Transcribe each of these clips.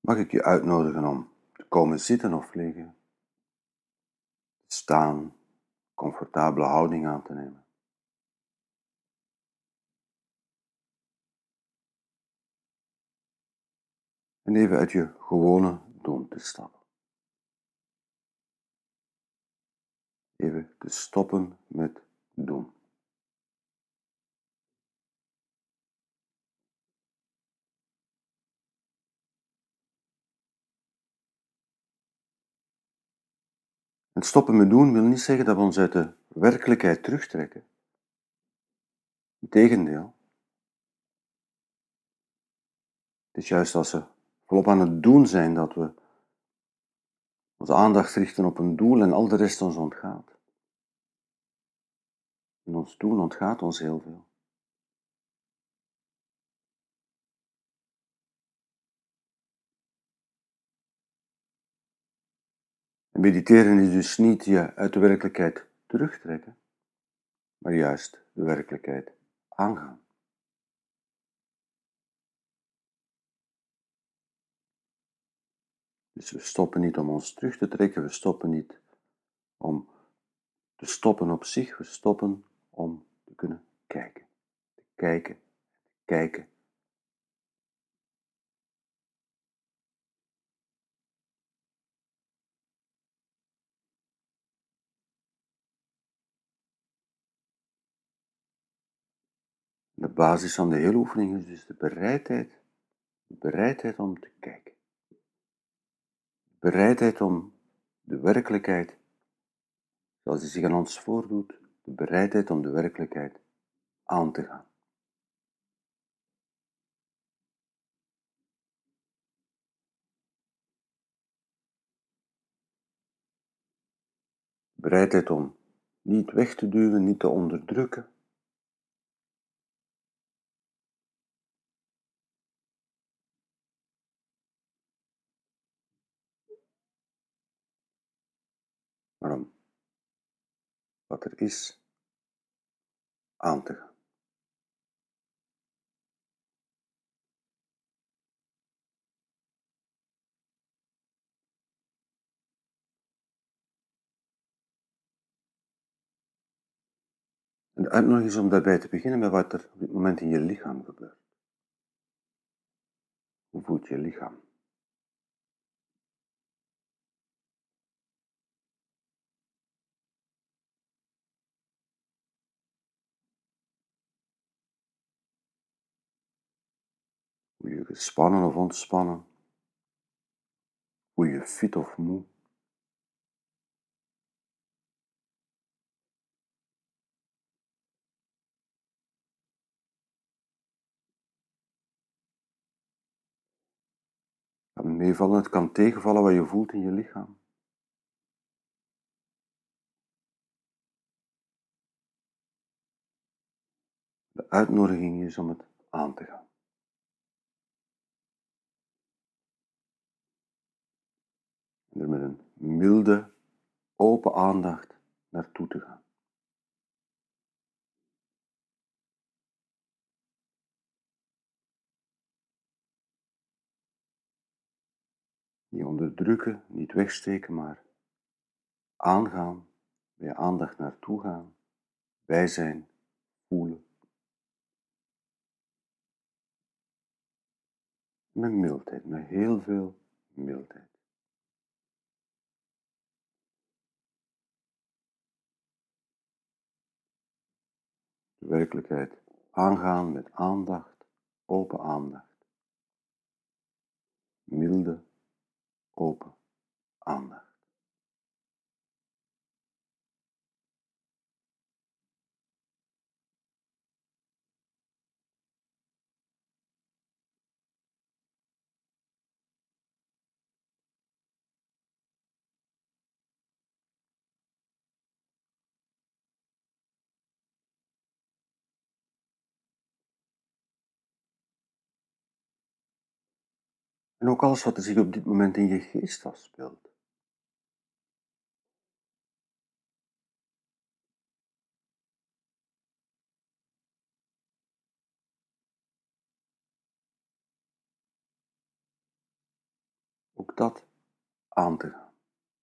Mag ik je uitnodigen om te komen zitten of liggen, te staan, comfortabele houding aan te nemen. En even uit je gewone doen te stappen. Even te stoppen met doen. En stoppen met doen wil niet zeggen dat we ons uit de werkelijkheid terugtrekken. Integendeel. Het is juist als we volop aan het doen zijn dat we onze aandacht richten op een doel en al de rest ons ontgaat. In ons doen ontgaat ons heel veel. En mediteren is dus niet je uit de werkelijkheid terugtrekken, maar juist de werkelijkheid aangaan. Dus we stoppen niet om ons terug te trekken, we stoppen niet om te stoppen op zich, we stoppen om te kunnen kijken. Te kijken, kijken. De basis van de hele oefening is dus de bereidheid om te kijken. De bereidheid om de werkelijkheid, zoals die zich aan ons voordoet, de bereidheid om de werkelijkheid aan te gaan. Bereidheid om niet weg te duwen, niet te onderdrukken, maar om wat er is aan te gaan. En de uitnodiging is om daarbij te beginnen met wat er op dit moment in je lichaam gebeurt. Hoe voelt je lichaam? Voel je gespannen of ontspannen? Voel je fit of moe? Het kan meevallen, het kan tegenvallen wat je voelt in je lichaam. De uitnodiging is om het aan te gaan. En er met een milde, open aandacht naartoe te gaan. Niet onderdrukken, niet wegsteken, maar aangaan, bij je aandacht naartoe gaan, bij zijn, voelen. Met mildheid, met heel veel mildheid. De werkelijkheid aangaan met aandacht, open aandacht. Milde, open aandacht. En ook alles wat er zich op dit moment in je geest afspeelt. ook dat aan te gaan.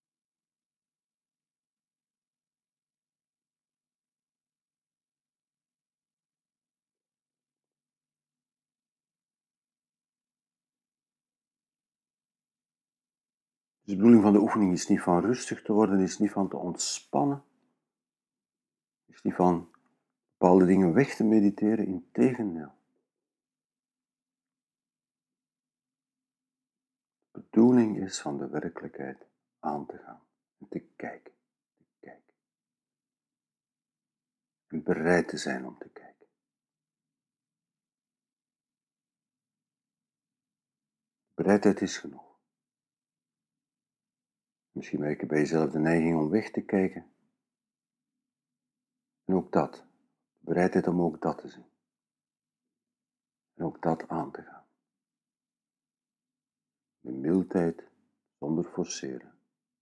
Dus de bedoeling van de oefening is niet van rustig te worden, is niet van te ontspannen, is niet van bepaalde dingen weg te mediteren, integendeel. De bedoeling is van de werkelijkheid aan te gaan en te kijken, en bereid te zijn om te kijken. Bereidheid is genoeg. Misschien merk je bij jezelf de neiging om weg te kijken. En ook dat, bereidheid om ook dat te zien. En ook dat aan te gaan. In mildheid, zonder forceren.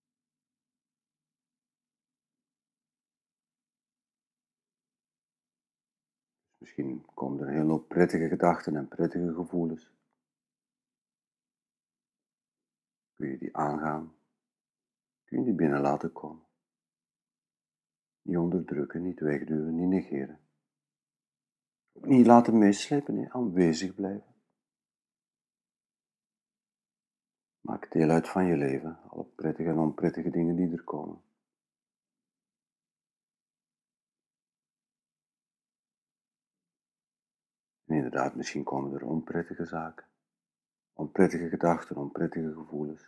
Misschien komen er een hele hoop prettige gedachten en prettige gevoelens. Kun je die aangaan? Kun je die binnen laten komen? Niet onderdrukken, niet wegduwen, niet negeren. Ook niet laten meeslepen, nee, aanwezig blijven. Maak deel uit van je leven, alle prettige en onprettige dingen die er komen. En inderdaad, misschien komen er onprettige zaken, onprettige gedachten, onprettige gevoelens.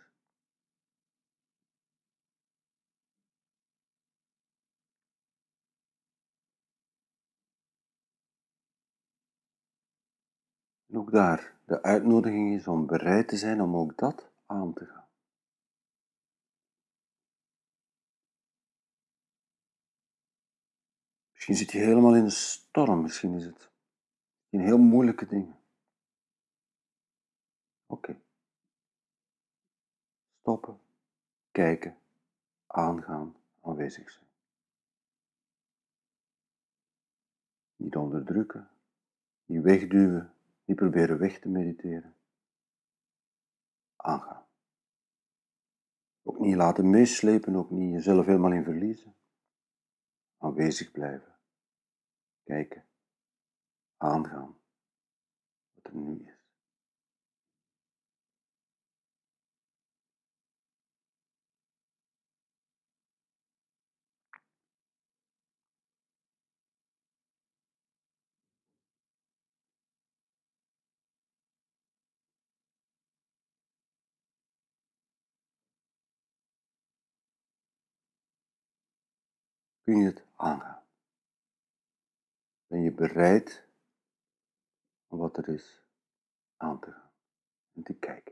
En ook daar, de uitnodiging is om bereid te zijn om ook dat aan te gaan. Misschien zit je helemaal in de storm, misschien is het in heel moeilijke dingen. Oké. Stoppen, kijken, aangaan, aanwezig zijn. Niet onderdrukken, niet wegduwen, niet proberen weg te mediteren. Aangaan. Ook niet laten meeslepen, ook niet jezelf helemaal in verliezen. Aanwezig blijven. Kijken. Aangaan. Wat er nu is. Kun je het aangaan? Ben je bereid om wat er is aan te gaan en te kijken?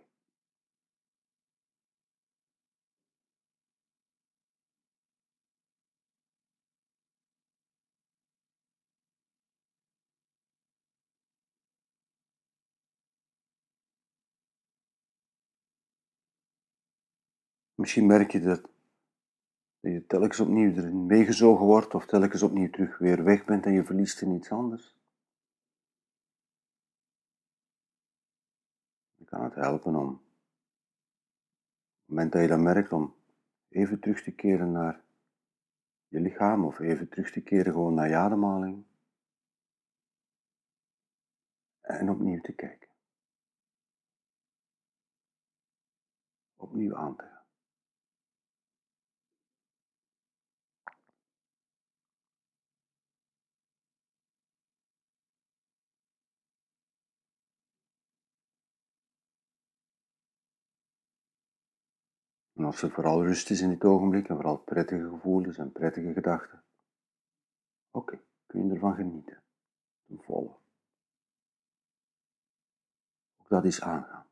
Misschien merk je dat je telkens opnieuw erin meegezogen wordt of telkens opnieuw terug weer weg bent en je verliest in iets anders. Dan kan het helpen om, op het moment dat je dat merkt, om even terug te keren naar je lichaam of even terug te keren gewoon naar je ademhaling en opnieuw te kijken. Opnieuw aan te gaan. En als er vooral rust is in dit ogenblik en vooral prettige gevoelens en prettige gedachten, oké, kun je ervan genieten, ten volle. Ook dat is aangaan.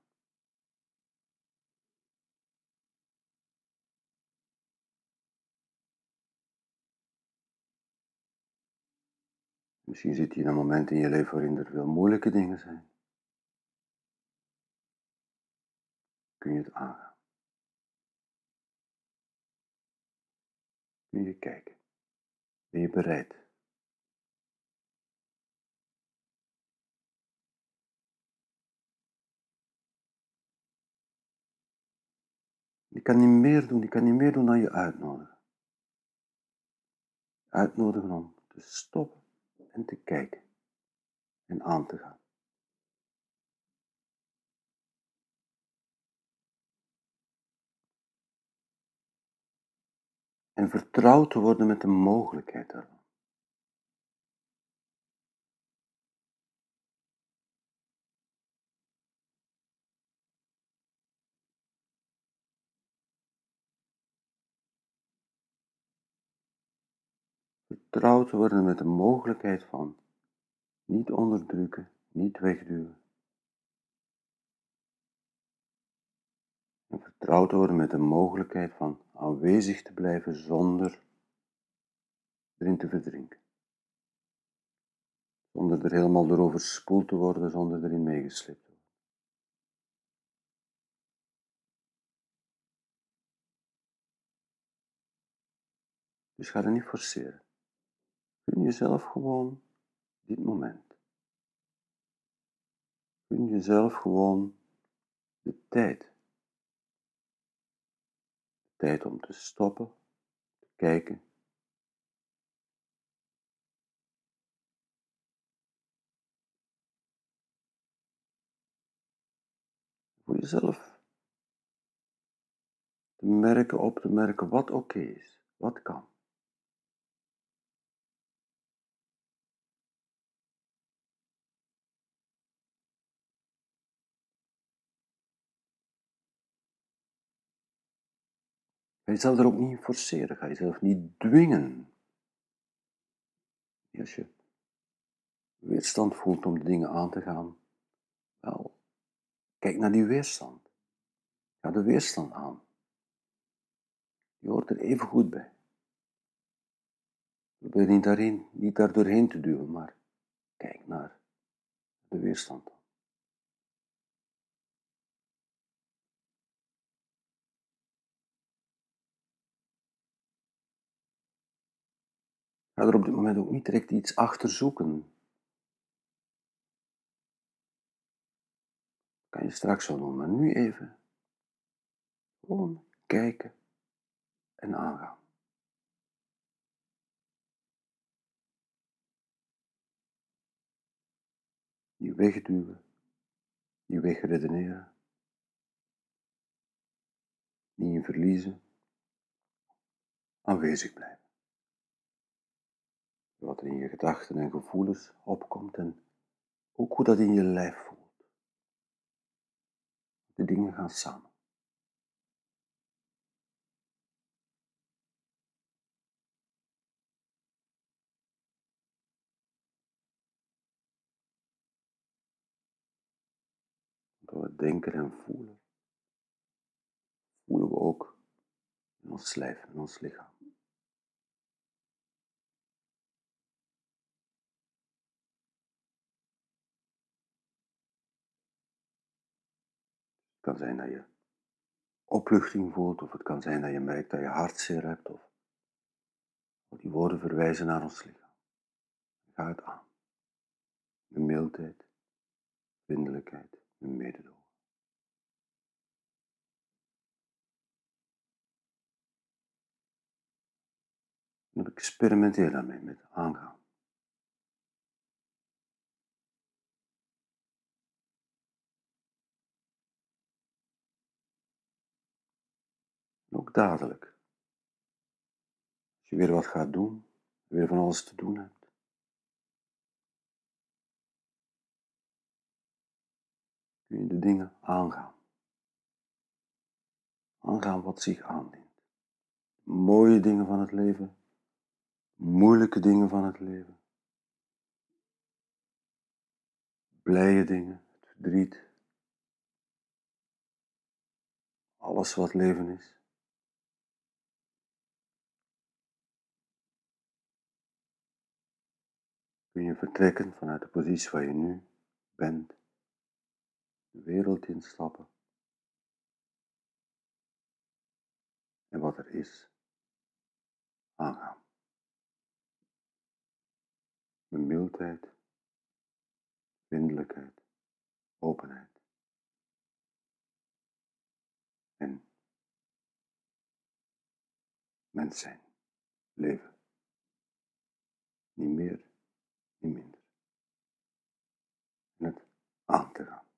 Misschien zit je in een moment in je leven waarin er veel moeilijke dingen zijn. Kun je het aangaan. Kun je kijken. Ben je bereid? Ik kan niet meer doen dan je uitnodigen. Uitnodigen om te stoppen en te kijken en aan te gaan. En vertrouwd te worden met de mogelijkheid daarvan. Vertrouwd te worden met de mogelijkheid van niet onderdrukken, niet wegduwen. En vertrouwd te worden met de mogelijkheid van aanwezig te blijven zonder erin te verdrinken. Zonder er helemaal door overspoeld te worden, zonder erin meegesleept te worden. Dus ga er niet forceren. Gun jezelf gewoon dit moment. Gun jezelf gewoon de tijd. De tijd om te stoppen, te kijken. Voor jezelf op te merken wat oké is, wat kan. Ga jezelf er ook niet in forceren, ga jezelf niet dwingen. Als je weerstand voelt om de dingen aan te gaan, wel, kijk naar die weerstand. Ga de weerstand aan. Je hoort er even goed bij. Probeer niet daar doorheen te duwen, maar kijk naar de weerstand. Ga er op dit moment ook niet direct iets achter zoeken. Kan je straks zo doen, maar nu even gewoon kijken en aangaan. Niet wegduwen, niet wegredeneren, niet in verliezen, aanwezig blijven. Wat er in je gedachten en gevoelens opkomt en ook hoe dat in je lijf voelt. De dingen gaan samen. Door het denken en voelen, voelen we ook in ons lijf, in ons lichaam. Het kan zijn dat je opluchting voelt, of het kan zijn dat je merkt dat je hartzeer hebt, of die woorden verwijzen naar ons lichaam. Ga het aan. Met mildheid, vriendelijkheid en mededogen. En experimenteer daarmee met aangaan. En ook dadelijk. Als je weer wat gaat doen, weer van alles te doen hebt, kun je de dingen aangaan. Aangaan wat zich aandient. Mooie dingen van het leven, moeilijke dingen van het leven, blije dingen, het verdriet, alles wat leven is. Kun je vertrekken vanuit de positie waar je nu bent, de wereld instappen en wat er is, aangaan. Met mildheid, vriendelijkheid, openheid en mens zijn, leven. Niet meer, niet minder. En het aan te gaan.